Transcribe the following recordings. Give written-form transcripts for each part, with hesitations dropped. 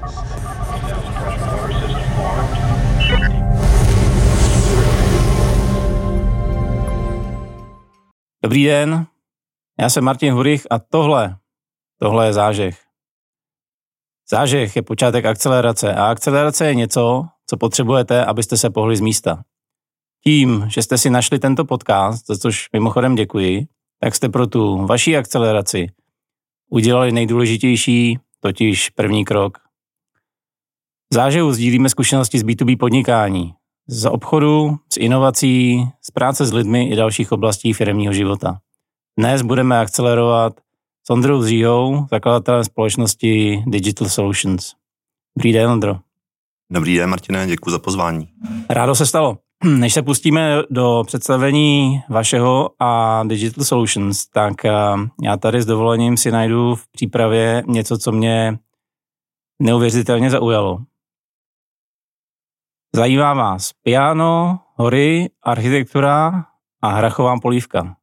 Dobrý den, já jsem Martin Hurich a tohle je zážeh. Zážeh je počátek akcelerace a akcelerace je něco, co potřebujete, abyste se pohli z místa. Tím, že jste si našli tento podcast, za což mimochodem děkuji, tak jste pro tu vaši akceleraci udělali nejdůležitější, totiž první krok. V zážehu sdílíme zkušenosti z B2B podnikání, z obchodu, z inovací, z práce s lidmi i dalších oblastí firemního života. Dnes budeme akcelerovat s Ondrou Zříhou, zakladatelem společnosti Digital Solutions. Dobrý den, Ondro. Dobrý den, Martine, děkuji za pozvání. Rádo se stalo. Než se pustíme do představení vašeho a Digital Solutions, tak já tady s dovolením si najdu v přípravě něco, co mě neuvěřitelně zaujalo. Zajímá vás piano, hory, architektura a hrachová polívka.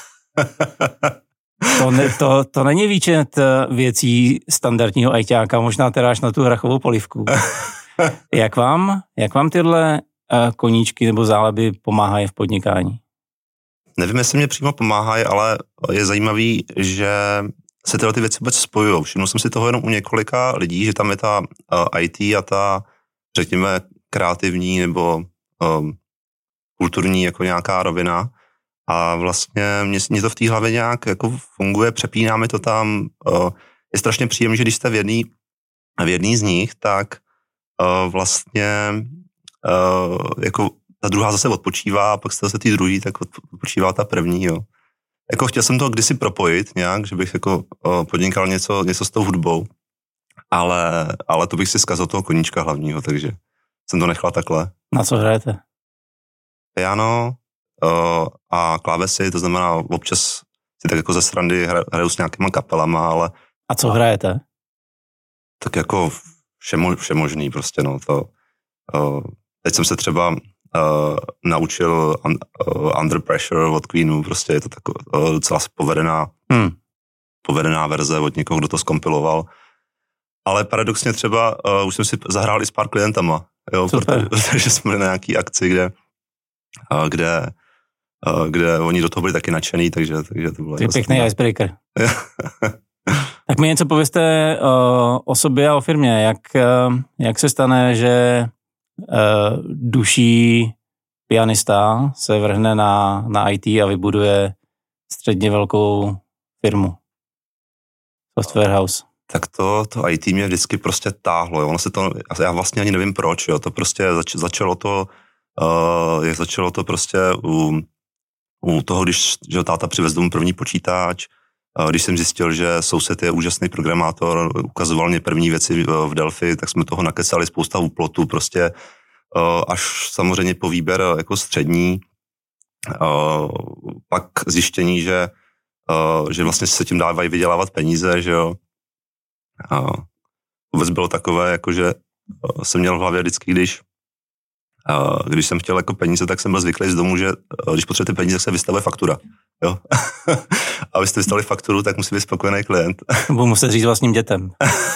To není výčet věcí standardního ajťáka, možná teda až na tu hrachovou polívku. Jak vám tyhle koníčky nebo záleby pomáhají v podnikání? Nevím, jestli mě přímo pomáhají, ale je zajímavý, že se tyhle ty věci vůbec spojujou. Všiml jsem si toho jenom u několika lidí, že tam je ta IT a ta, řekněme, kreativní nebo kulturní jako nějaká rovina. A vlastně mě to v té hlavě nějak jako funguje, přepínáme to tam. Je strašně příjemné, že když jste v jedný z nich, tak vlastně jako ta druhá zase odpočívá a pak jste zase tý druhý, tak odpočívá ta první, jo. Jako chtěl jsem to kdysi propojit nějak, že bych jako podnikal něco s tou hudbou, ale to bych si zkazil toho koníčka hlavního, takže jsem to nechal takhle. Na co hrajete? Piano a klávesy, to znamená občas si tak jako ze srandy hraju s nějakýma kapelama, ale... A co hrajete? Tak jako všemožný prostě, no to... Teď jsem se třeba naučil Under Pressure od Queenu, prostě je to docela povedená verze od někoho, kdo to zkompiloval. Ale paradoxně třeba už jsem si zahrál i s pár klientama, jo, protože jsme byli na nějaký akci, kde oni do toho byli taky nadšený, takže to bylo... To je pěkný icebreaker. Tak mi něco povězte o sobě a o firmě. Jak se stane, že duší pianista se vrhne na IT a vybuduje středně velkou firmu? Software house. Tak to IT mě vždycky prostě táhlo. Jo. Ono se to, já vlastně ani nevím proč. Jo. To prostě začalo to prostě u toho, když že táta přivez domů první počítač, když jsem zjistil, že soused je úžasný programátor, ukazoval mě první věci v Delphi, tak jsme toho nakecali spousta úplotů, prostě až samozřejmě po výběr jako střední, pak zjištění, že vlastně se tím dávají vydělávat peníze, že jo. Vůbec bylo takové, jako že jsem měl v hlavě vždycky, když jsem chtěl jako peníze, tak jsem byl zvyklý z domu, že když potřebujete peníze, tak se vystavuje faktura. Jo? A abyste vystavili fakturu, tak musí být spokojený klient. Budu muset říct vlastním dětem.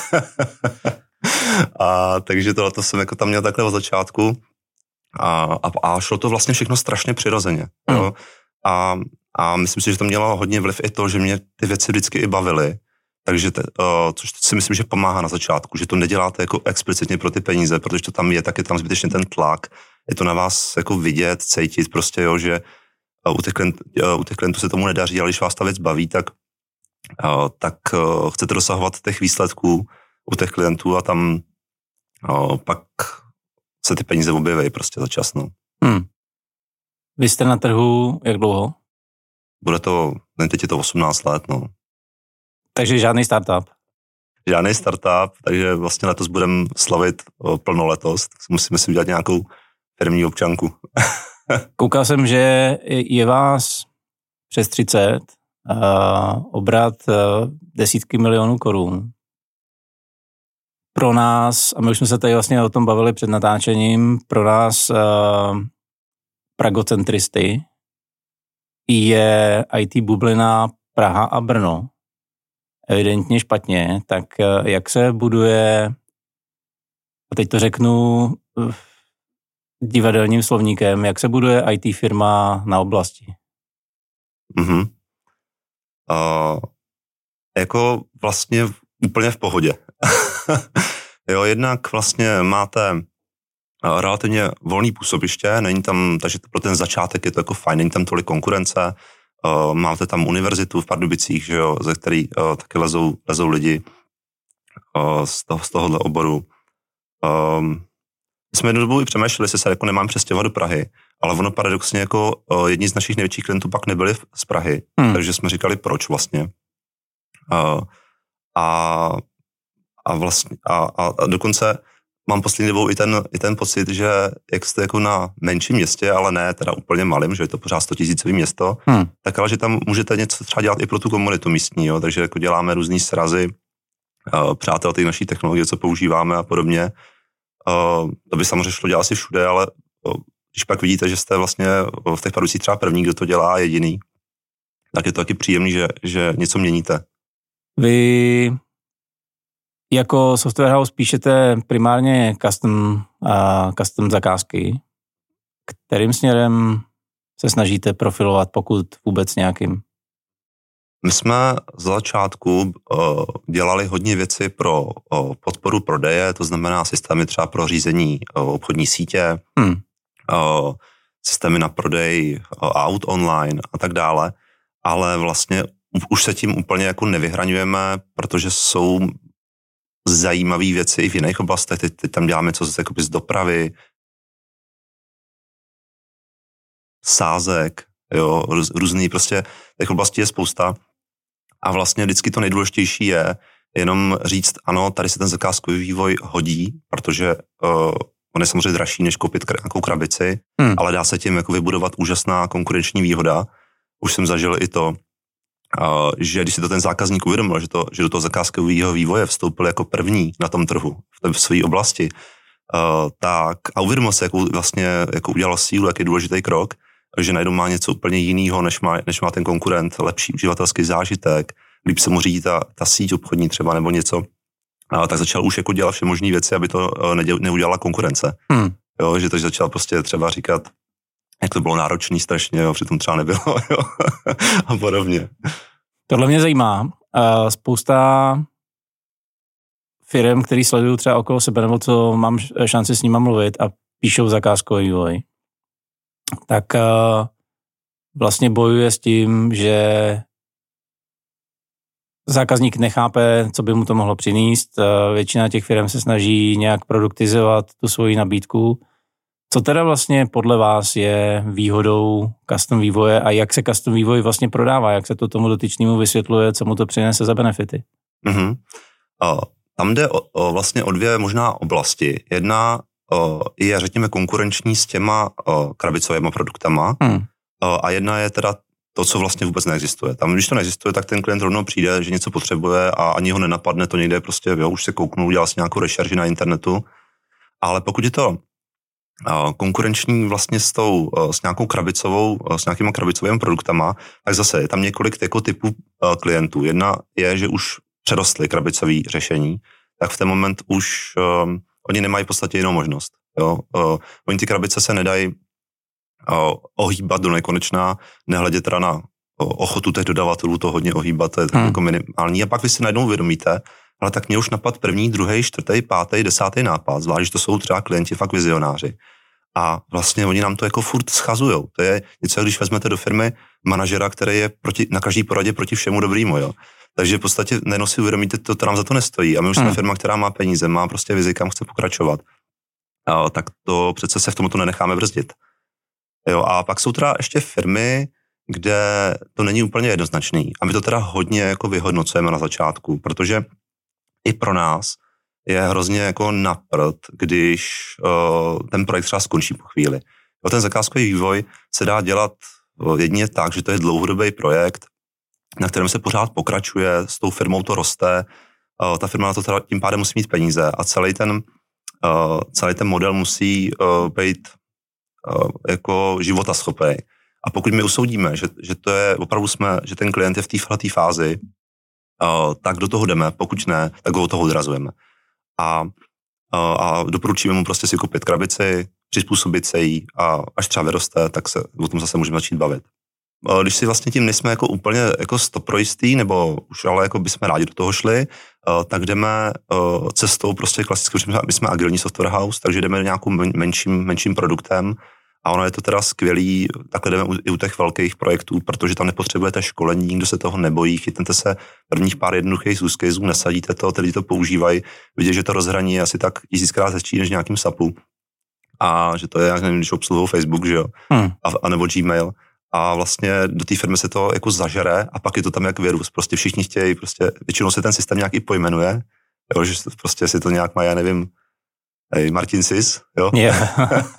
Takže to jsem jako tam měl takhle od začátku a šlo to vlastně všechno strašně přirozeně. Jo? A myslím si, že to mělo hodně vliv i to, že mě ty věci vždycky i bavily. Takže což si myslím, že pomáhá na začátku, že to neděláte jako explicitně pro ty peníze, protože to tam je, tak je tam zbytečně ten tlak, je to na vás jako vidět, cítit prostě, jo, že u těch klientů se tomu nedaří, ale když vás ta věc baví, tak chcete dosahovat těch výsledků u těch klientů a tam pak se ty peníze objeví prostě za čas, no. Vy jste na trhu jak dlouho? Bude to, teď je to 18 let, no. Takže žádný startup? Žádný startup, takže vlastně letos budeme slavit plnoletost. Musíme si udělat nějakou firmní občanku. Koukal jsem, že je vás přes 30, obrat desítky milionů korun. Pro nás, a my už jsme se tady vlastně o tom bavili před natáčením, pro nás pragocentristy je IT bublina Praha a Brno evidentně špatně, tak jak se buduje a teď to řeknu divadelním slovníkem, jak se buduje IT firma na oblasti? Jako vlastně úplně v pohodě. Jo, jednak vlastně máte relativně volný působiště, není tam, takže pro ten začátek je to jako fajn, není tam tolik konkurence, máte tam univerzitu v Pardubicích, že jo, ze který taky lezou lidi z tohohle oboru. My jsme jednu dobu i přemýšleli, jestli se jako nemám přestěhovat do Prahy, ale ono paradoxně jako jedni z našich největších klientů pak nebyli z Prahy, takže jsme říkali, proč vlastně. A vlastně a dokonce mám poslední dobou i ten pocit, že jak jste jako na menším městě, ale ne teda úplně malým, že je to pořád 100 000 město, tak ale že tam můžete něco třeba dělat i pro tu komunitu místní, jo? Takže jako děláme různý srazy, přátel té naší technologie, co používáme a podobně. To by samozřejmě šlo dělat asi všude, ale když pak vidíte, že jste vlastně v těch Pardubicích třeba první, kdo to dělá, jediný, tak je to taky příjemný, že něco měníte. Vy jako software house píšete primárně custom zakázky. Kterým směrem se snažíte profilovat, pokud vůbec nějakým? My jsme z začátku dělali hodně věci pro podporu prodeje, to znamená systémy třeba pro řízení obchodní sítě, systémy na prodej aut online a tak dále, ale vlastně už se tím úplně jako nevyhraňujeme, protože jsou zajímavé věci i v jiných oblastech. Teď tam děláme co z dopravy, sázek, jo, různý prostě, těch oblastí je spousta. A vlastně vždycky to nejdůležitější je jenom říct, ano, tady se ten zakázkový vývoj hodí, protože on je samozřejmě dražší, než koupit nějakou krabici, ale dá se tím jako vybudovat úžasná konkurenční výhoda. Už jsem zažil i to, že když si to ten zákazník uvědomil, že do toho zakázkového vývoje vstoupil jako první na tom trhu, v své oblasti, tak a uvědomil se, jakou vlastně jako udělal sílu, jak je důležitý krok, že najednou má něco úplně jiného, než má ten konkurent, lepší uživatelský zážitek, líp se mu řídí ta síť obchodní třeba nebo něco, tak začal už jako dělat všemožné věci, aby to neudělala konkurence. Jo, že to začal prostě třeba říkat, jak to bylo náročný strašně, jo, přitom třeba nebylo, jo, a podobně. Tohle mě zajímá. Spousta firem, který sledují třeba okolo sebe, nebo co mám šanci s nima mluvit a píšou zakázkový vývoj, tak vlastně bojuje s tím, že zákazník nechápe, co by mu to mohlo přinést. Většina těch firm se snaží nějak produktizovat tu svoji nabídku. Co teda vlastně podle vás je výhodou custom vývoje a jak se custom vývoj vlastně prodává? Jak se to tomu dotyčnému vysvětluje, co mu to přinese za benefity? Tam jde vlastně o dvě možná oblasti. Jedna je, řekněme, konkurenční s těma krabicovými produktama a jedna je teda to, co vlastně vůbec neexistuje. Tam, když to neexistuje, tak ten klient rovnou přijde, že něco potřebuje a ani ho nenapadne, to někde prostě, jo, už se kouknu, udělal si nějakou rešerži na internetu, ale pokud je to konkurenční vlastně s nějakýma krabicovými produktama, tak zase je tam několik jako typů klientů. Jedna je, že už přerostly krabicové řešení, tak v ten moment už oni nemají v podstatě jinou možnost. Jo? Oni ty krabice se nedají ohýbat do nekonečna, nehledě teda na ochotu těch dodavatelů to hodně ohýbat, to je jako minimální. A pak vy si najednou uvědomíte, ale tak mě už napad první, druhý, čtvrtý, pátý, desátý nápad, zvlášť to jsou třeba klienti fakt vizionáři. A vlastně oni nám to jako furt schazujou. To je něco, když vezmete do firmy manažera, který je na každý poradě proti všemu dobrýmu, jo. Takže v podstatě nejenom si uvědomíte, to nám za to nestojí. A my už jsme firma, která má peníze, má prostě vizi, kam chce pokračovat. Tak to přece se v tomto nenecháme brzdit. Jo, a pak jsou teda ještě firmy, kde to není úplně jednoznačný. A my to teda hodně jako vyhodnocujeme na začátku, protože i pro nás je hrozně jako na prd, když ten projekt třeba skončí po chvíli. Jo, ten zakázkový vývoj se dá dělat jedině tak, že to je dlouhodobý projekt, na kterém se pořád pokračuje, s tou firmou to roste, ta firma na to teda tím pádem musí mít peníze a celý ten model musí být jako životaschopný. A pokud my usoudíme, že to je opravdu že ten klient je v této fázi, tak do toho jdeme, pokud ne, tak ho od toho odrazujeme. A a doporučíme mu prostě si koupit krabici, přizpůsobit se jí a až třeba vyroste, tak se o tom zase můžeme začít bavit. Když si vlastně tím nejsme jako úplně jako stoprojistý, nebo už ale jako bychom rádi do toho šli, tak jdeme cestou prostě klasicky, my jsme agilní software house, takže jdeme nějakým menším produktem a ono je to teda skvělý, takhle jdeme i u těch velkých projektů, protože tam nepotřebujete školení, nikdo se toho nebojí, chytnete se prvních pár jednoduchých use caseů, nasadíte to, ty lidi to používají, vidíte, že to rozhraní je asi tak 1000krát hezčí než nějakým SAPu a že to je, jak nevím, když obsluhují Facebook, že jo, a nebo Gmail. A vlastně do té firmy se to jako zažere a pak je to tam jak virus. Prostě všichni chtějí, prostě většinou se ten systém nějak i pojmenuje, jo, že prostě si to nějak má, já nevím, Martin Sis, jo. Yeah.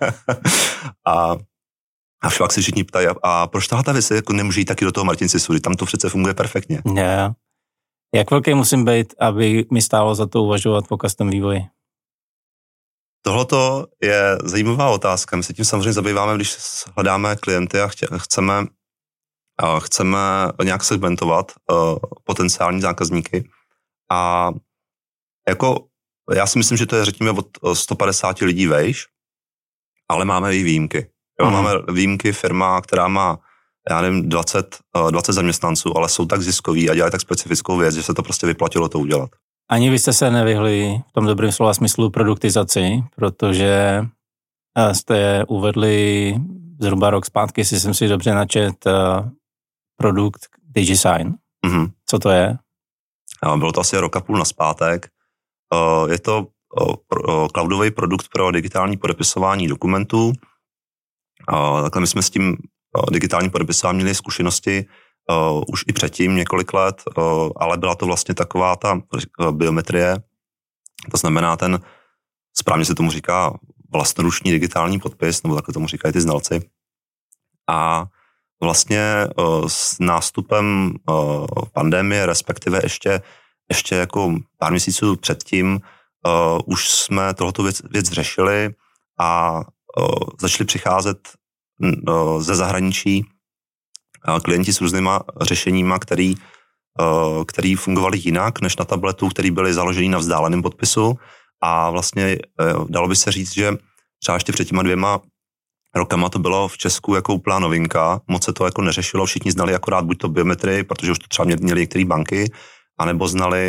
a však se všichni ptají, a proč tahle věc jako nemůže jít taky do toho Martin Sisu, tam to přece funguje perfektně. Yeah. Jak velký musím být, aby mi stálo za to uvažovat o custom vývoji? Tohleto je zajímavá otázka. My se tím samozřejmě zabýváme, když hledáme klienty a chceme nějak segmentovat potenciální zákazníky. A jako já si myslím, že to je řekněme od 150 lidí vejš, ale máme i výjimky. Jo, máme výjimky, firma, která má, já nevím, 20 zaměstnanců, ale jsou tak ziskoví a dělají tak specifickou věc, že se to prostě vyplatilo to udělat. Ani vy jste se nevyhli v tom dobrém slova smyslu produktizaci, protože jste uvedli zhruba rok zpátky, si jsem si dobře načet, produkt DigiSign. Mm-hmm. Co to je? Bylo to asi rok a půl nazpátek. Je to cloudový produkt pro digitální podepisování dokumentů. Takhle my jsme s tím digitálním podepisováním měli zkušenosti už i předtím několik let, ale byla to vlastně taková ta biometrie, to znamená správně se tomu říká vlastnoruční digitální podpis, nebo takhle tomu říkají ty znalci. A vlastně s nástupem pandemie, respektive ještě jako pár měsíců předtím, už jsme tohoto věc řešili a začali přicházet ze zahraničí klienti s různýma řešeníma, který fungovaly jinak než na tabletu, který byly založený na vzdáleném podpisu a vlastně dalo by se říct, že třeba ještě před těma 2 rokama to bylo v Česku jako úplná novinka, moc se to jako neřešilo, všichni znali akorát buď to biometrii, protože už to třeba měly některé banky, anebo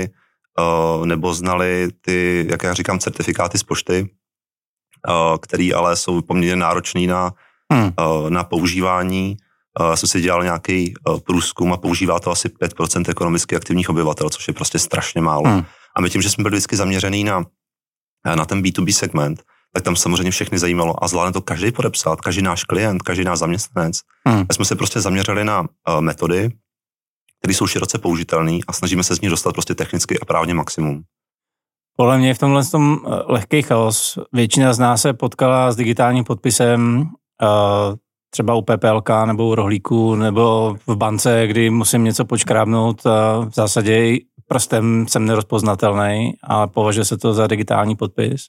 znali ty, jak já říkám, certifikáty z pošty, který ale jsou poměrně náročný na používání. Jsem si dělal nějaký průzkum a používá to asi 5% ekonomicky aktivních obyvatel, což je prostě strašně málo. A my tím, že jsme byli vždycky zaměřený na ten B2B segment, tak tam samozřejmě všechny zajímalo a zvládne to každý podepsat, každý náš klient, každý náš zaměstnanec. My jsme se prostě zaměřili na metody, které jsou široce použitelné a snažíme se z nich dostat prostě technicky a právně maximum. Podle mě v tomhle tom lehký chaos. Většina z nás se potkala s digitálním podpisem třeba u PPLK nebo u rohlíku nebo v bance, kdy musím něco počkrábnout a v zásadě prstem jsem nerozpoznatelný a považuje se to za digitální podpis.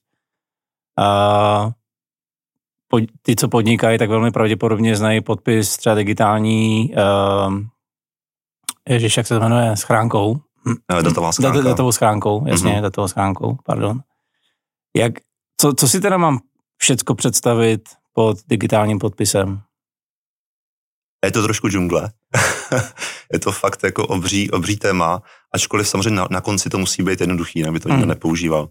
Ty, co podnikají, tak velmi pravděpodobně znají podpis třeba digitální, jak se to jmenuje, schránkou. Datová schránka. Datovou schránkou, jasně, datovou schránkou, pardon. Co si teda mám všecko představit pod digitálním podpisem? Je to trošku džungle. Je to fakt jako obří téma, ačkoliv samozřejmě na konci to musí být jednoduchý, jinak by to nikdo nepoužíval.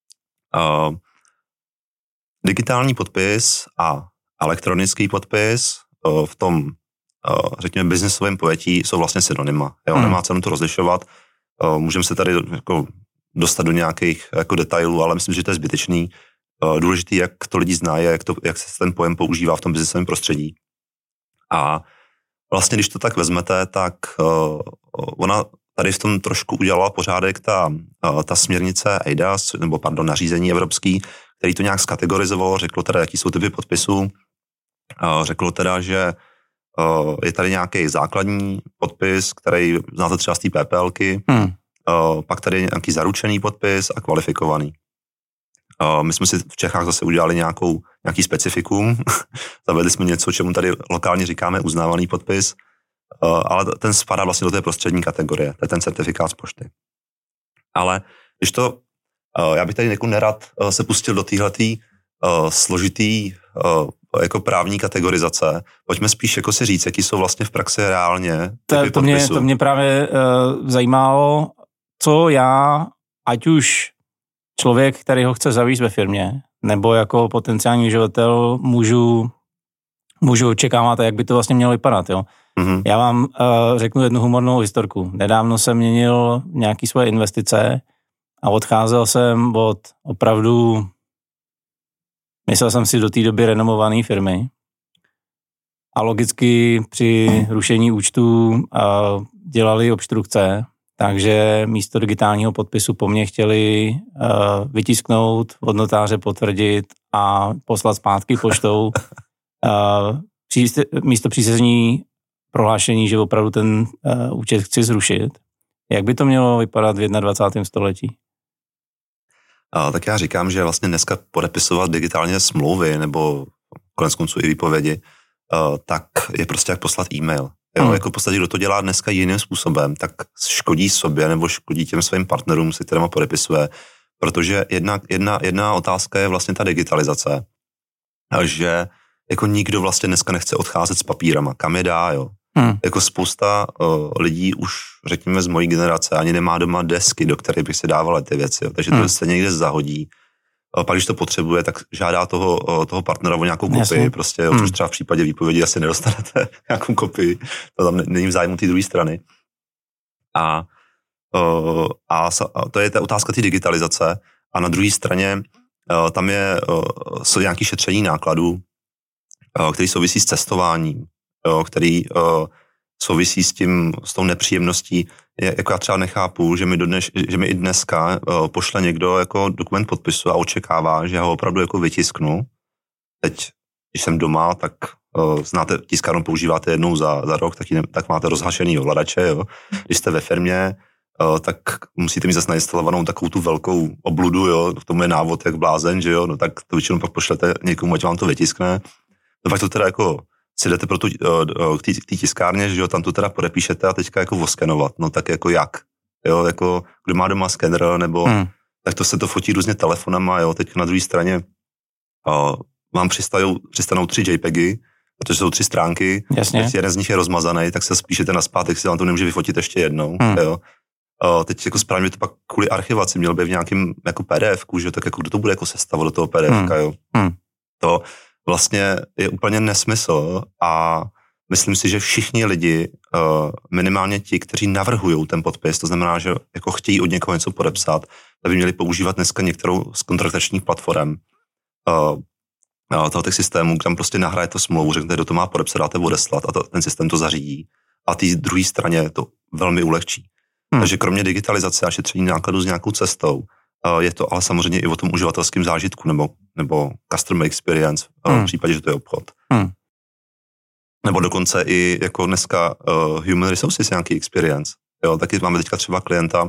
Digitální podpis a elektronický podpis v tom, řekněme, biznesovém pojetí jsou vlastně synonyma. Nemá cenu to rozlišovat. Můžeme se tady jako dostat do nějakých jako detailů, ale myslím, že to je zbytečný. Důležitý, jak to lidi znají, jak se ten pojem používá v tom biznesovém prostředí. A vlastně, když to tak vezmete, tak ona tady v tom trošku udělala pořádek ta směrnice eIDAS, nebo nařízení evropský, který to nějak skategorizovalo, řeklo teda, jaký jsou typy podpisů, řeklo teda, že je tady nějaký základní podpis, který znáte třeba z té PPLky, pak tady je nějaký zaručený podpis a kvalifikovaný. My jsme si v Čechách zase udělali nějaký specifikum, zavedli jsme něco, čemu tady lokálně říkáme uznávaný podpis, ale ten spadá vlastně do té prostřední kategorie, to je ten certifikát z pošty. Ale když to Já bych tady jako nerad se pustil do téhletý složitý jako právní kategorizace. Pojďme spíš jako si říct, jaký jsou vlastně v praxi reálně typy podpisů. To mě právě zajímalo, co já, ať už člověk, který ho chce zavést ve firmě, nebo jako potenciální uživatel můžu očekávat, jak by to vlastně mělo vypadat. Jo? Mm-hmm. Já vám řeknu jednu humornou historku. Nedávno jsem měnil nějaké svoje investice a odcházel jsem od opravdu, myslel jsem si do té doby renomované firmy a logicky při rušení účtů dělali obstrukce, takže místo digitálního podpisu po mně chtěli vytisknout, od notáře potvrdit a poslat zpátky poštou místo přísezní prohlášení, že opravdu ten účet chci zrušit. Jak by to mělo vypadat v 21. století? Tak já říkám, že vlastně dneska podepisovat digitálně smlouvy nebo koneckonců i výpovědi, tak je prostě jak poslat e-mail. Jo, jako v podstatě, kdo to dělá dneska jiným způsobem, tak škodí sobě nebo škodí těm svým partnerům, se kterýma podepisuje, protože jedna otázka je vlastně ta digitalizace, že jako nikdo vlastně dneska nechce odcházet s papírama, kam je dá, jo. Jako spousta lidí už, řekněme, z mojí generace ani nemá doma desky, do které bych si dávala ty věci, jo. Takže to se někde zahodí. Pak, když to potřebuje, tak žádá toho partnera o nějakou kopii, prostě, jo, což třeba v případě výpovědi asi nedostanete nějakou kopii, to tam není v zájmu té druhé strany. A to je ta otázka té digitalizace a na druhé straně tam jsou nějaké šetření nákladů, který souvisí s cestováním, který souvisí s tou nepříjemností. Jako já třeba nechápu, že mi i dneska pošle někdo jako dokument podpisu a očekává, že ho opravdu jako vytisknu. Teď, když jsem doma, tak znáte, tiskárnu používáte jednou za rok, tak máte rozhašený ovladače. Jo. Když jste ve firmě, tak musíte mít zase nainstalovanou takovou tu velkou obludu, jo. K tomu je návod jak blázen, že jo, no tak to většinou pak pošlete někomu, ať vám to vytiskne. No pak to teda jako si jdete pro k té tiskárně, že jo, tam to teda podepíšete a teďka jako oskenovat, no tak jako jak, jo, jako kdo má doma skener, nebo tak to se to fotí různě telefonama, jo, teď na druhé straně vám přistanou 3 JPEGy, protože jsou 3 stránky, teď jeden z nich je rozmazaný, tak se spíšete naspátek, si vám to nemůže vyfotit ještě jednou, jo. Teď jako správně to pak kvůli archivaci mělo by v nějakém jako PDF-ku, že jo, tak jako kdo to bude jako sestavovat do toho PDF-ka, jo. To vlastně je úplně nesmysl a myslím si, že všichni lidi, minimálně ti, kteří navrhují ten podpis, to znamená, že jako chtějí od někoho něco podepsat, aby měli používat dneska některou z kontraktačních platform těch systémů, tam prostě nahraje to smlouvu, řeknete, kdo to má podepsat, dáte odeslat a ten systém to zařídí a té druhé straně to velmi ulehčí. Takže kromě digitalizace a šetření nákladů s nějakou cestou, je to ale samozřejmě i o tom uživatelském zážitku nebo customer experience v případě, že to je obchod. Nebo dokonce i jako dneska human resources nějaký experience. Jo, taky máme teďka třeba klienta,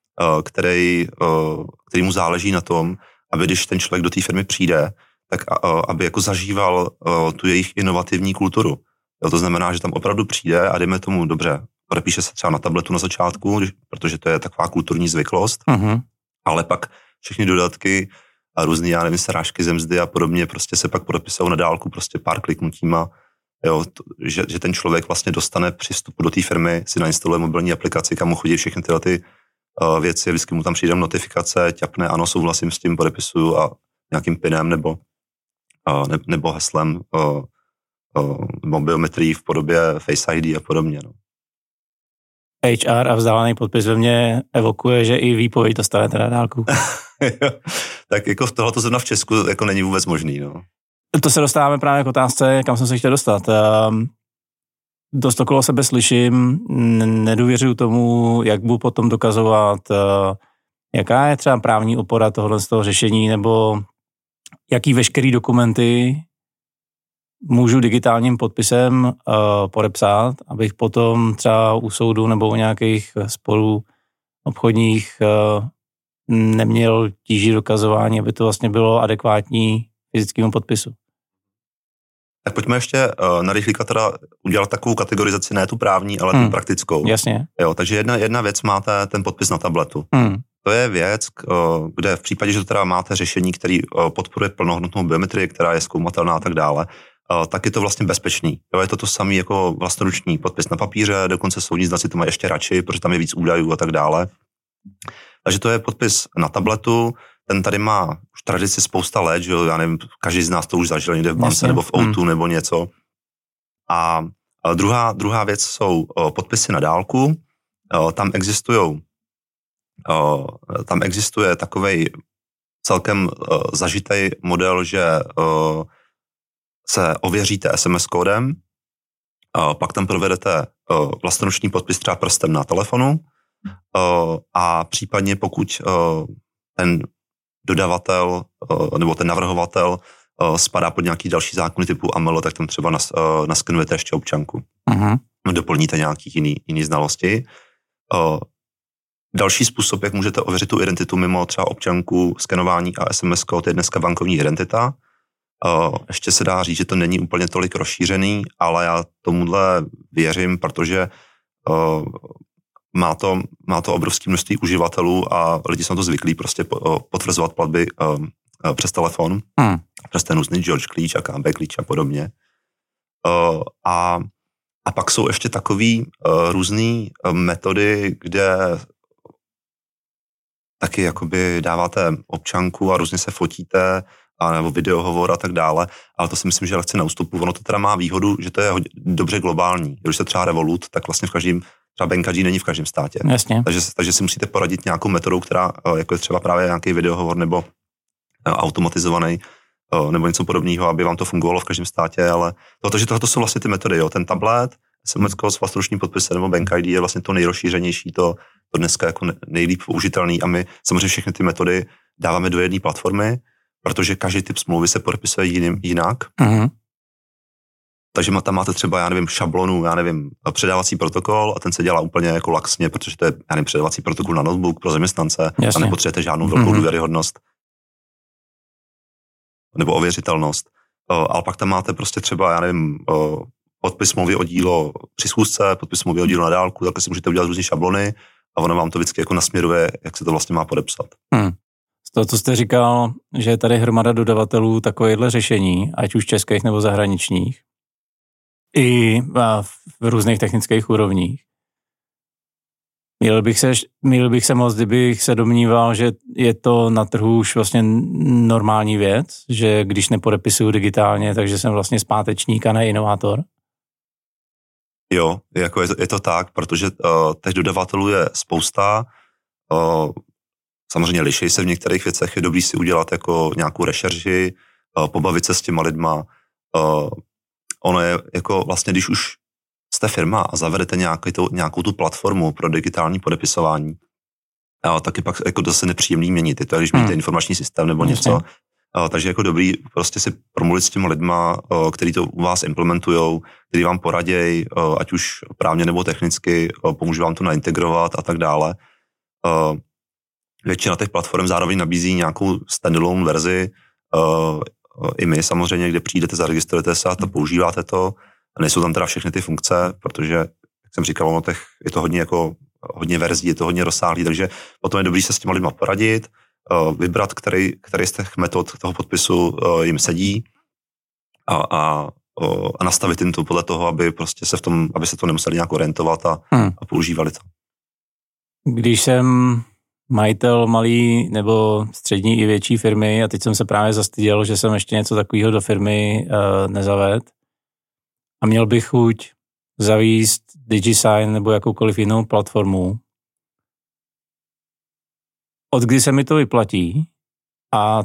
který mu záleží na tom, aby když ten člověk do té firmy přijde, tak aby jako zažíval tu jejich inovativní kulturu. Jo, to znamená, že tam opravdu přijde a dejme tomu dobře, podepíše se třeba na tabletu na začátku, protože to je taková kulturní zvyklost, ale pak všechny dodatky a různý, já nevím, srážky ze mzdy a podobně, prostě se pak podepisují na dálku prostě pár kliknutíma, jo, že ten člověk vlastně dostane při vstupu do té firmy, si nainstaluje mobilní aplikaci, kam mu chodí všechny tyhle ty věci, vždycky mu tam přijde notifikace, ťapne, ano, souhlasím s tím, podepisuju a nějakým pinem nebo heslem biometrií v podobě Face ID a podobně, no. HR a vzdálený podpis ve mně evokuje, že i výpověď dostanete na dálku. Tak jako tohleto zrovna v Česku jako není vůbec možný. No. To se dostáváme právě k otázce, kam jsem se chtěl dostat. Dost okolo sebe slyším, nedůvěřuju tomu, jak budu potom dokazovat, jaká je třeba právní opora tohohle z toho řešení, nebo jaký veškerý dokumenty můžu digitálním podpisem podepsat, abych potom třeba u soudu nebo u nějakých sporů obchodních neměl tíži dokazování, aby to vlastně bylo adekvátní fyzickému podpisu. Tak pojďme ještě na rychlíka teda udělat takovou kategorizaci, ne tu právní, ale tu praktickou. Jasně. Jo, takže jedna věc máte ten podpis na tabletu. to je věc, kde v případě, že to teda máte řešení, který podporuje plnohodnotnou biometrii, která je zkoumatelná a tak dále, tak je to vlastně bezpečný. Jo, je to samý jako vlastnoruční podpis na papíře, dokonce soudní znalci to mají ještě radši, protože tam je víc údajů a tak dále. Takže to je podpis na tabletu, ten tady má už tradici spousta let, že jo, já nevím, každý z nás to už zažil někde v bance nebo v O2 nebo něco. A druhá věc jsou podpisy na dálku. Tam existuje takovej celkem zažitej model, že se ověříte SMS kódem, pak tam provedete vlastnoruční podpis třeba prstem na telefonu a případně pokud ten dodavatel nebo ten navrhovatel spadá pod nějaký další zákony typu AML, tak tam třeba naskenujete ještě občanku. Uh-huh. Doplníte nějaký jiný znalosti. Další způsob, jak můžete ověřit tu identitu mimo třeba občanku, skenování a SMS kód je dneska bankovní identita. Ještě se dá říct, že to není úplně tolik rozšířený, ale já tomuhle věřím, protože má to obrovské množství uživatelů a lidi jsou na to zvyklí prostě potvrzovat platby přes telefon, přes ten různý George klíč a KB klíč a podobně. A pak jsou ještě takový různý metody, kde taky jakoby dáváte občanku a různě se fotíte nebo videohovor a tak dále, ale to si myslím, že je lehce na ústupu. Ono to teda má výhodu, že to je dobře globální. Když se třeba Revolut, tak vlastně třeba BankID není v každém státě. Jasně. Takže si musíte poradit nějakou metodou, která jako je třeba právě nějaký videohovor nebo automatizovaný nebo něco podobného, aby vám to fungovalo v každém státě, ale protože tohle jsou vlastně ty metody, jo. Ten tablet, SMS s vlastnoručním podpisem nebo BankID je vlastně to nejrozšířenější, to dneska jako nejlíp použitelný a my samozřejmě všechny ty metody dáváme do jedné platformy, protože každý typ smlouvy se podepisuje jinak. Uh-huh. Takže tam máte třeba, já nevím, šablonu, předávací protokol a ten se dělá úplně jako laxně, protože to je, předávací protokol na notebook pro zaměstnance. Jasně. A nepotřebujete žádnou velkou důvěryhodnost nebo ověřitelnost. Ale pak tam máte prostě třeba, podpis smlouvy o dílo při schůzce, podpis smlouvy o dílo na dálku, takhle si můžete udělat různé šablony a ono vám to vždycky jako nasměruje, jak se to vlastně má podepsat. Z toho, co jste říkal, že je tady hromada dodavatelů takovýchhle řešení, ať už českých nebo zahraničních, i v různých technických úrovních. Mýlil bych se moc, kdybych se domníval, že je to na trhu už vlastně normální věc, že když nepodepisuju digitálně, takže jsem vlastně zpátečník a ne inovátor. Jo, jako je to tak, protože těch dodavatelů je spousta. Samozřejmě liší se v některých věcech, je dobrý si udělat jako nějakou rešerži, pobavit se s těma lidma. Ono je jako vlastně, když už jste firma a zavedete nějakou tu platformu pro digitální podepisování, tak je pak jako zase nepříjemný měnit. Je to, když měníte informační systém nebo něco. Takže jako dobrý prostě si promluvit s těma lidma, kteří to u vás implementujou, kteří vám poradějí, ať už právně nebo technicky, pomůžu vám to naintegrovat a tak dále. Většina těch platform zároveň nabízí nějakou standalone verzi, i my samozřejmě, kde přijdete, zaregistrujete se a to používáte to. A nejsou tam teda všechny ty funkce, protože, jak jsem říkal, je to hodně verzí, je to hodně rozsáhlý, takže potom je dobrý se s těma lidma poradit, vybrat, který z těch metod toho podpisu jim sedí a nastavit jim to podle toho, aby prostě aby se to nemuseli nějak orientovat a používali to. Když jsem majitel malý nebo střední i větší firmy a teď jsem se právě zastyděl, že jsem ještě něco takového do firmy nezavedl a měl bych chuť zavíst DigiSign nebo jakoukoliv jinou platformu, od kdy se mi to vyplatí a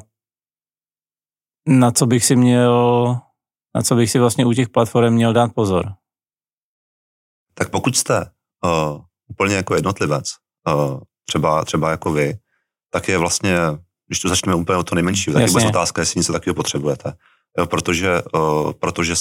na co bych si vlastně u těch platform měl dát pozor? Tak pokud jste úplně jako jednotlivec, třeba jako vy, tak je vlastně, když to začneme úplně od to nejmenšího, tak je vůbec otázka, jestli něco takového potřebujete. Jo, protože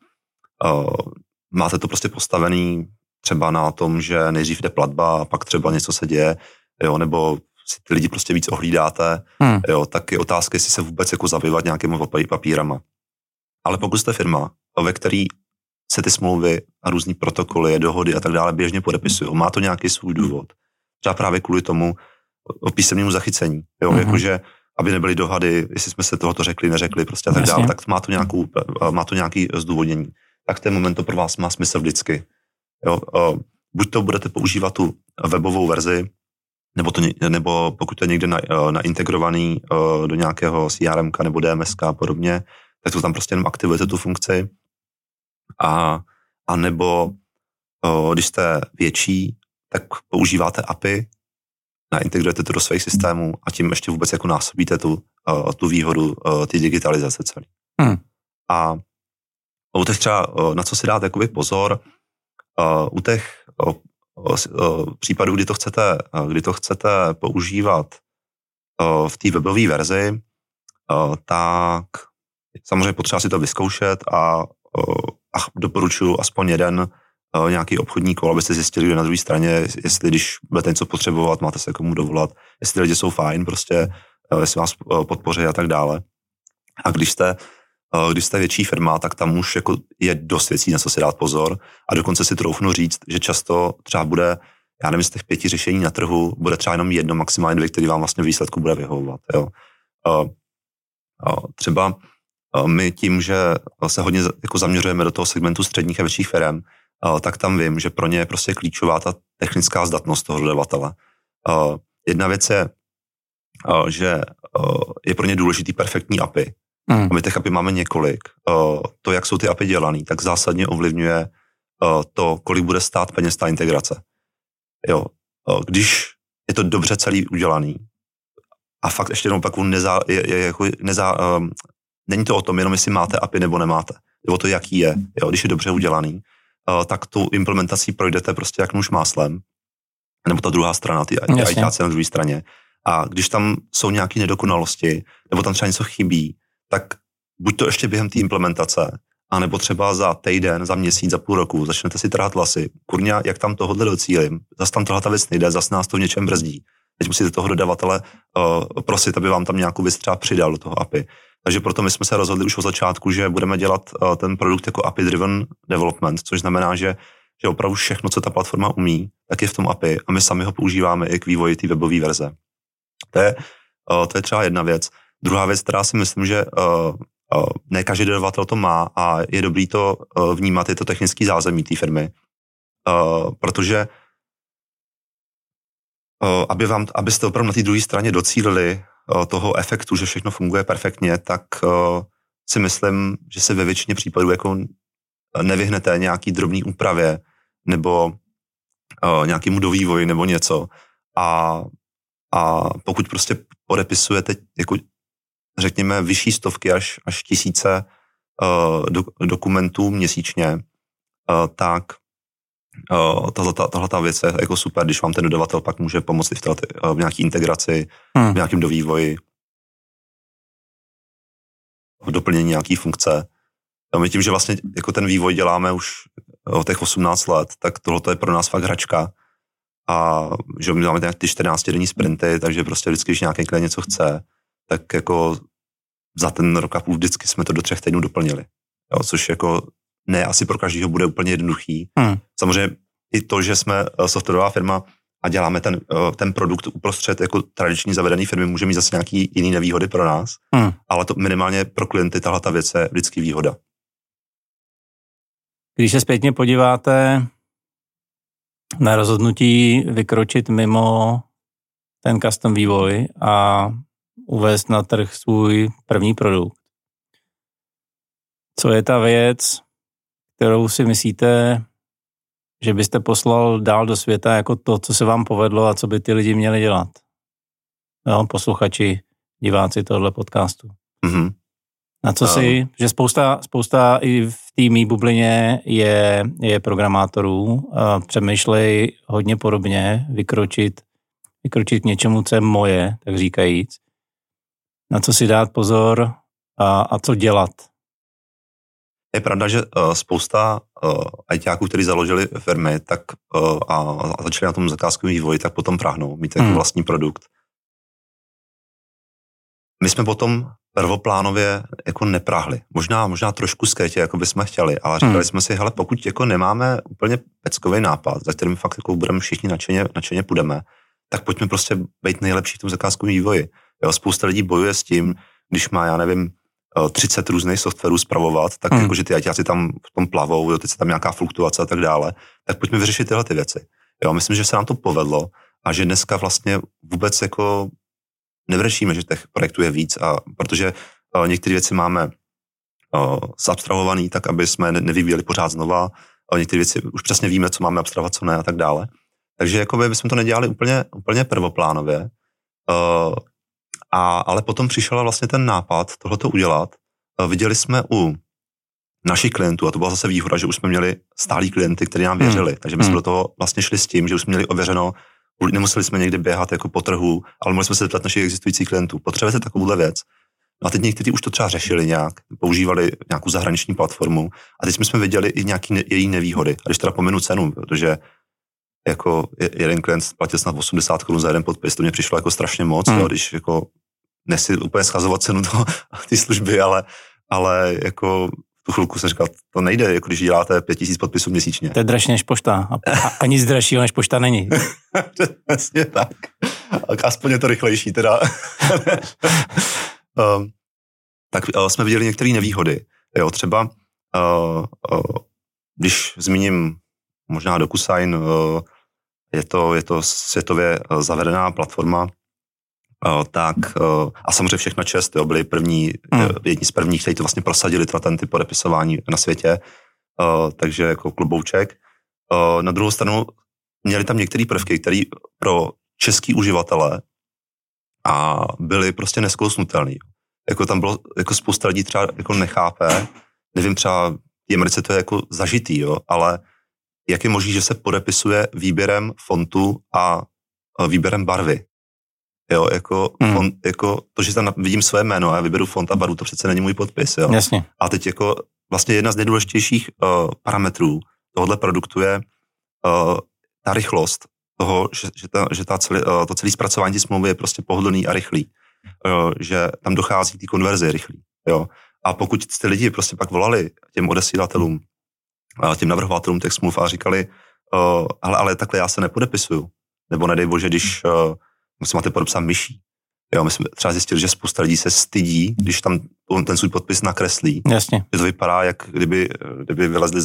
máte to prostě postavený třeba na tom, že nejdřív jde platba a pak třeba něco se děje, jo, nebo si ty lidi prostě víc ohlídáte, jo, tak je otázka, jestli se vůbec jako zabývat nějakými papírama. Ale pokud jste firma, ve který se ty smlouvy a různý protokoly, dohody a tak dále běžně podepisují, má to nějaký svůj důvod. Třeba právě kvůli tomu, písemnému zachycení, jo, jakože aby nebyly dohady, jestli jsme se tohoto řekli, neřekli, prostě a tak dále, tak má to nějaký zdůvodnění. Tak ten moment to pro vás má smysl vždycky. Jo, buď to budete používat tu webovou verzi, nebo pokud to je někde naintegrovaný do nějakého CRM nebo DMS a podobně, tak to tam prostě jenom aktivujete tu funkci. A nebo když jste větší, tak používáte API, naintegrujete to do svých systémů a tím ještě vůbec jako násobíte tu výhodu ty digitalizace celý. A u těch třeba, na co si dát jakoby pozor, u těch případů, kdy to chcete používat v té webové verzi, tak samozřejmě potřeba si to vyzkoušet a doporučuji aspoň jeden nějaký obchodní kol, abyste zjistili, kdo na druhé straně, jestli když budete něco potřebovat, máte se komu dovolat, jestli ty lidi jsou fajn, prostě, jestli vás podpoří a tak dále. A když jste větší firma, tak tam už jako je dost věcí, na co si dát pozor. A dokonce si troufnu říct, že často třeba bude, já nevím, z těch 5 řešení na trhu, bude třeba jenom 1, maximálně 2, který vám vlastně výsledku bude vyhovovat. Jo. Třeba my tím, že se hodně jako zaměřujeme do toho segmentu středních a větších firm, tak tam vím, že pro ně je prostě klíčová ta technická zdatnost toho dodavatele. Jedna věc je, že je pro ně důležitý perfektní API. A my těch API máme několik. To, jak jsou ty API dělaný, tak zásadně ovlivňuje to, kolik bude stát peněz ta integrace. Jo. Když je to dobře celý udělaný a fakt ještě jenom pak není to o tom, jenom jestli máte API nebo nemáte. Nebo to, jaký je. Jo. Když je dobře udělaný, tak tu implementací projdete prostě jak nůž máslem, nebo ta druhá strana, ty ajťáci na druhé straně. A když tam jsou nějaké nedokonalosti, nebo tam třeba něco chybí, tak buď to ještě během té implementace, anebo třeba za týden, za měsíc, za půl roku začnete si trhat vlasy. Kurňa, jak tam tohodle docílim? Zas tam tohle ta věc nejde, zas nás to v něčem brzdí. Teď musíte toho dodavatele prosit, aby vám tam nějakou věc třeba přidal do toho API. Takže proto my jsme se rozhodli už od začátku, že budeme dělat ten produkt jako API-driven development, což znamená, že opravdu všechno, co ta platforma umí, tak je v tom API a my sami ho používáme i k vývoji té webové verze. To je třeba jedna věc. Druhá věc, která si myslím, že ne každý dodavatel to má a je dobrý to vnímat, je to technický zázemí té firmy. Protože abyste opravdu na té druhé straně docílili toho efektu, že všechno funguje perfektně, tak si myslím, že se ve většině případů jako nevyhnete nějaký drobný úpravě nebo nějakému dovývoji nebo něco. A pokud prostě podepisujete jako řekněme vyšší stovky až tisíce dokumentů měsíčně, tak tahle věc je jako super, když vám ten dodavatel pak může pomoct v nějaké integraci, v nějakém dovývoji, v doplnění nějaké funkce. My tím, že vlastně jako ten vývoj děláme už od těch 18 let, tak tohle je pro nás fakt hračka. A že my máme ty 14-denní sprinty, takže prostě vždycky, když nějaký klient něco chce, tak jako za ten rok a půl vždycky jsme to do 3 týdnů doplnili. Jo, což jako ne asi pro každého bude úplně jednoduchý. Samozřejmě i to, že jsme softwarová firma a děláme ten produkt uprostřed jako tradiční zavedený firmy, může mít zase nějaký jiný nevýhody pro nás, ale to minimálně pro klienty tahle ta věc je vždycky výhoda. Když se zpětně podíváte na rozhodnutí vykročit mimo ten custom vývoj a uvést na trh svůj první produkt, co je ta věc, kterou si myslíte, že byste poslal dál do světa jako to, co se vám povedlo a co by ty lidi měli dělat? Jo, posluchači, diváci tohle podcastu. Na co si, že spousta i v té mý bublině je programátorů, přemýšlej hodně podobně, vykročit k něčemu, co je moje, tak říkajíc. Na co si dát pozor a co dělat? Je pravda, že spousta ITáků, kteří založili firmy tak, a začali na tom zakázkovém vývoji, tak potom práhnou mít jako vlastní produkt. My jsme potom prvoplánově jako nepráhli. Možná trošku skrytě, jako bychom chtěli, ale říkali jsme si, hele, pokud jako nemáme úplně peckový nápad, za kterým fakt jako budeme všichni nadšeně půjdeme, tak pojďme prostě být nejlepší v tom zakázkovém vývoji. Jo, spousta lidí bojuje s tím, když má, já nevím, 30 různých softwarů spravovat, tak jakože ty ajťáci tam v tom plavou, jo, teď se tam nějaká fluktuace a tak dále, tak pojďme vyřešit tyhle ty věci. Jo, myslím, že se nám to povedlo a že dneska vlastně vůbec jako nevršíme, že těch projektů je víc, a protože některé věci máme zabstrahovaný, tak aby jsme nevyvíjeli pořád znova, některé věci už přesně víme, co máme abstrahovat, co ne a tak dále. Takže jakoby bychom to nedělali úplně prvoplánově, ale potom přišel vlastně ten nápad tohleto udělat. Viděli jsme u našich klientů, a to byla zase výhoda, že už jsme měli stálí klienty, kteří nám věřili, takže my jsme do toho vlastně šli s tím, že už jsme měli ověřeno, nemuseli jsme někdy běhat jako po trhu, ale mohli jsme se zeptat našich existujících klientů. Potřebujete takovouhle věc? No a teď někteří už to třeba řešili nějak, používali nějakou zahraniční platformu a teď jsme viděli i nějaký její nevýhody. A když teda pominu cenu, protože jako jeden klient platil snad 80 Kč za jeden podpis, to mě přišlo jako strašně moc, když jako nechci úplně schazovat cenu ty služby, ale jako tu chvilku jsem říkal, to nejde, jako když děláte 5000 podpisů měsíčně. To je dražší než pošta a nic dražšího než pošta není. Přesně tak. Aspoň je to rychlejší teda. Tak jsme viděli některé nevýhody. Jo, třeba když zmíním možná DocuSign, je to světově zavedená platforma, tak a samozřejmě všechna čest, jo, byli jedni z prvních, kteří to vlastně prosadili, ten typ podepisování na světě, takže jako klobouček. Na druhou stranu měli tam některé prvky, které pro český uživatele a byly prostě neskousnutelný. Jako tam bylo, jako spousta lidí třeba jako nechápe, nevím, třeba v Americe to je jako zažitý, jo, ale jak je možné, že se podepisuje výběrem fontu a výběrem barvy. Jo, jako to, že tam vidím své jméno a já vyberu font a barvu, to přece není můj podpis, jo. Jasně. A teď jako vlastně jedna z nejdůležitějších parametrů tohohle produktu je ta rychlost toho, že to celé zpracování té smlouvy je prostě pohodlný a rychlý. Že tam dochází k té konverzi rychlý, jo. A pokud ty lidi prostě pak volali těm odesílatelům, těm navrhovatelům těch smluv a říkali, ale takhle já se nepodepisuju, nebo nedej bože, když máte podepsat myší. Jo, my jsme třeba zjistili, že spousta lidí se stydí, když tam ten svůj podpis nakreslí. Jasně. Že to vypadá, jak kdyby vylezli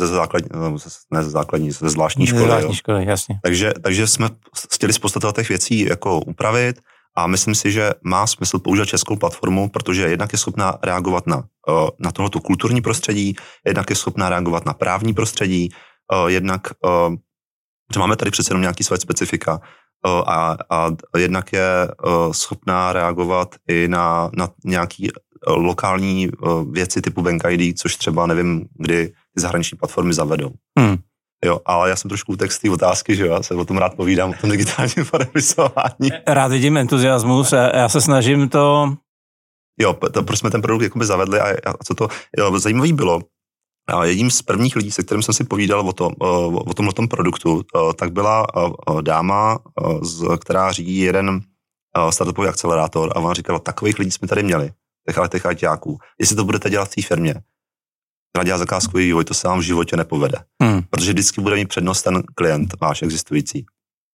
ze zvláštní školy. Zvláštní školy, jasně. Takže jsme chtěli spousta těch věcí jako upravit a myslím si, že má smysl použít českou platformu, protože jednak je schopná reagovat na tohleto kulturní prostředí, jednak je schopná reagovat na právní prostředí, jednak, že máme tady přece jenom nějaký své specifika, a jednak je schopná reagovat i na nějaký lokální věci typu BankID, což třeba nevím, kdy ty zahraniční platformy zavedou. Jo, ale já jsem trošku utek z té otázky, že já se o tom rád povídám, o tom digitálním podepisování. Rád vidím entuziasmus, já se snažím to... Jo, proč jsme ten produkt jakoby zavedli a co to zajímavý bylo. A jedním z prvních lidí, se kterým jsem si povídal o tomhletom produktu, tak byla dáma, která řídí jeden startupový akcelerátor a ona říkala, takových lidí jsme tady měli, těch ajťáků. Jestli to budete dělat v té firmě, která dělá zakázkový vývoj, to se vám v životě nepovede. Protože vždycky bude mít přednost ten klient váš existující.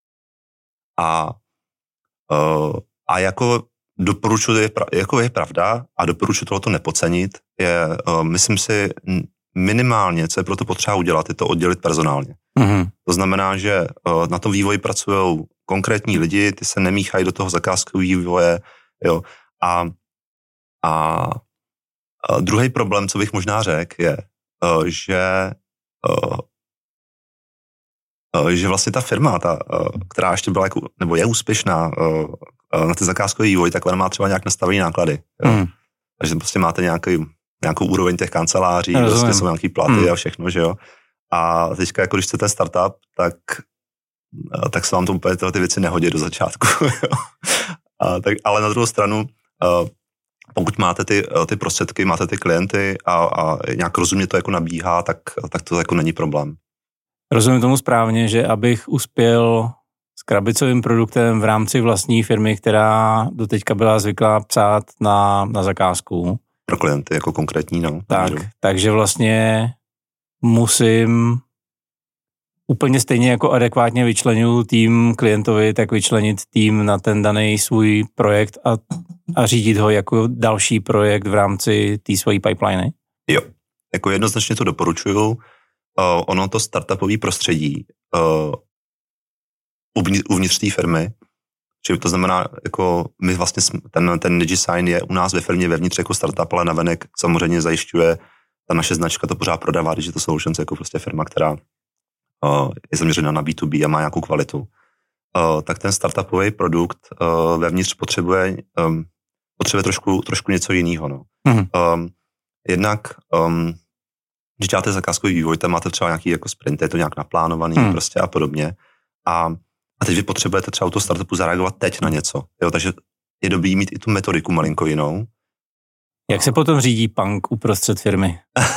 A jako doporučuji, jako je pravda a doporučuji tohleto nepodcenit, je, myslím si, minimálně, co je proto potřeba udělat, je to oddělit personálně. To znamená, že na tom vývoji pracují konkrétní lidi, ty se nemíchají do toho zakázkového vývoje, jo. A druhý problém, co bych možná řekl, je, že vlastně ta firma, která ještě byla jako, nebo je úspěšná na ten zakázkový vývoj, tak ona má třeba nějak nastavený náklady. Takže prostě máte nějakou úroveň těch kanceláří, prostě jsou nějaký platy a všechno, že jo. A teďka, jako když chcete startup, tak se vám to úplně tyhle ty věci nehodí do začátku. Ale na druhou stranu, pokud máte ty prostředky, máte ty klienty a nějak rozumně to jako nabíhá, tak to jako není problém. Rozumím tomu správně, že abych uspěl s krabicovým produktem v rámci vlastní firmy, která doteďka byla zvyklá psát na zakázku. Pro klienty, jako konkrétní, no. Takže vlastně musím úplně stejně jako adekvátně vyčlenuju tým klientovi, tak vyčlenit tým na ten daný svůj projekt a řídit ho jako další projekt v rámci té svojí pipeliny? Jo, jako jednoznačně to doporučuju. Ono to startupové prostředí uvnitř té firmy, či to znamená, jako my vlastně ten DigiSign je u nás ve firmě vevnitř jako startup, ale navenek samozřejmě zajišťuje ta naše značka, to pořád prodává Digital Solutions jako prostě firma, která je zaměřena na B2B a má nějakou kvalitu. Tak ten startupový produkt vevnitř potřebuje trošku něco jiného. No. Jednak, když děláte zakázkový vývoj, tam máte třeba nějaký jako sprint, je to nějak naplánovaný prostě a podobně. A teď vy potřebujete třeba u toho startupu zareagovat teď na něco. Jo? Takže je dobrý mít i tu metodiku malinko jinou. Jak se potom řídí punk uprostřed firmy?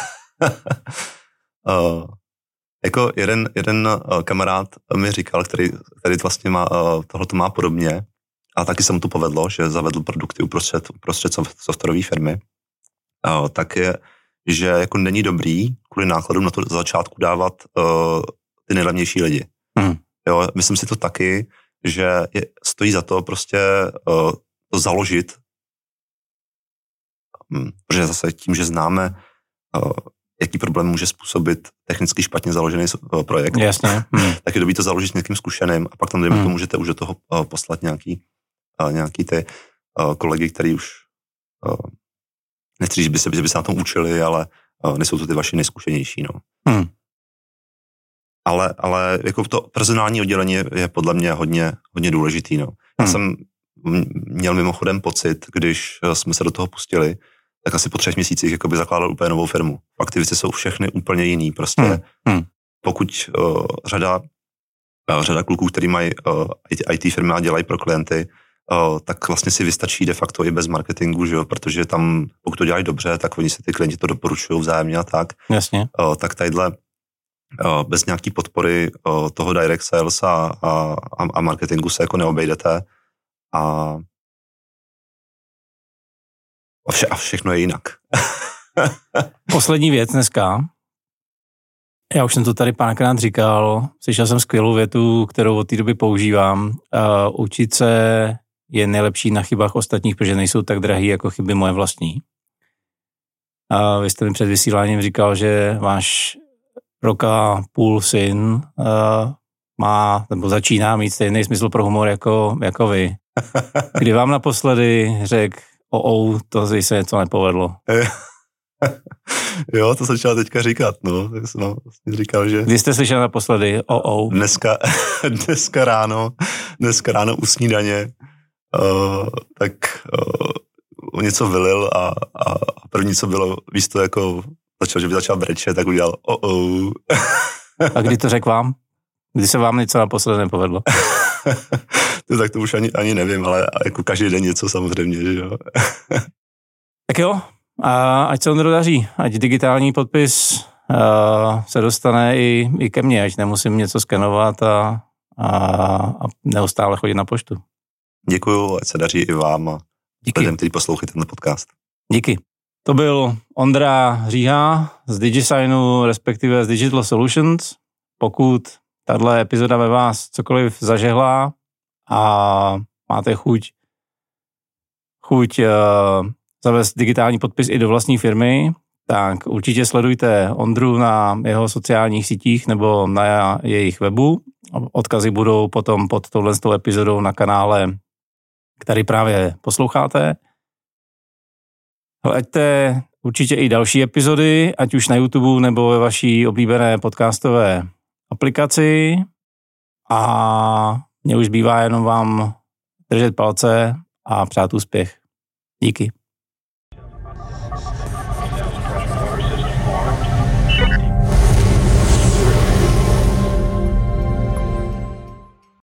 Jako jeden kamarád mi říkal, který vlastně tohleto má podobně, a taky se mu to povedlo, že zavedl produkty uprostřed softwarové firmy, tak je, že jako není dobrý kvůli nákladům na to začátku dávat ty nejlevnější lidi. Jo, myslím si to taky, že stojí za to prostě to založit, protože zase tím, že známe, jaký problém může způsobit technicky špatně založený projekt, jasně. Tak je dobrý to založit s někým zkušeným a pak tam dejme to můžete už do toho poslat nějaký ty kolegy, který už nechci říct, že by se na tom učili, ale nejsou to ty vaši nejzkušenější. No. Ale jako to personální oddělení je podle mě hodně důležitý. No. Já jsem měl mimochodem pocit, když jsme se do toho pustili, tak asi po 3 měsících jakoby zakládal úplně novou firmu. Fakt ty věci jsou všechny úplně jiný. Prostě pokud řada kluků, který mají IT firmy a dělají pro klienty, tak vlastně si vystačí de facto i bez marketingu, že jo? Protože tam, pokud to dělají dobře, tak oni si ty klienti to doporučují vzájemně a tak. Jasně. Tak tadyhle bez nějaký podpory toho direct sales a marketingu se jako neobejdete a všechno je jinak. Poslední věc dneska. Já už jsem to tady párkrát říkal, slyšel jsem skvělou větu, kterou od té doby používám. Učit se je nejlepší na chybách ostatních, protože nejsou tak drahý jako chyby moje vlastní. Vy jste mi před vysíláním říkal, že váš 1.5 roku syn má, nebo začíná mít stejný smysl pro humor jako vy. Kdy vám naposledy řekl, to se něco nepovedlo? Jo, to jsem začal teďka říkat, no. Tak jsem vlastně říkal, že... Kdy jste slyšel naposledy Dneska ráno u snídaně, tak něco vylil a první, co bylo, víš to jako, že by začal brečet, tak udělal A kdy to řekl vám? Kdy se vám něco naposledy nepovedlo? Tak to už ani nevím, ale jako každý den něco samozřejmě, že jo. Tak jo, a ať se on dodaří, ať digitální podpis se dostane i ke mně, ať nemusím něco skenovat a neustále chodit na poštu. Děkuju, ať se daří i vám a lidem, kteří poslouchají tenhle podcast. Díky. To byl Ondra Říha z DigiSignu, respektive z Digital Solutions. Pokud tahle epizoda ve vás cokoliv zažehla a máte chuť zavést digitální podpis i do vlastní firmy, tak určitě sledujte Ondru na jeho sociálních sítích nebo na jejich webu. Odkazy budou potom pod touhletou epizodou na kanále, který právě posloucháte. Hleďte určitě i další epizody, ať už na YouTube nebo ve vaší oblíbené podcastové aplikaci. A mně už bývá jenom vám držet palce a přát úspěch. Díky.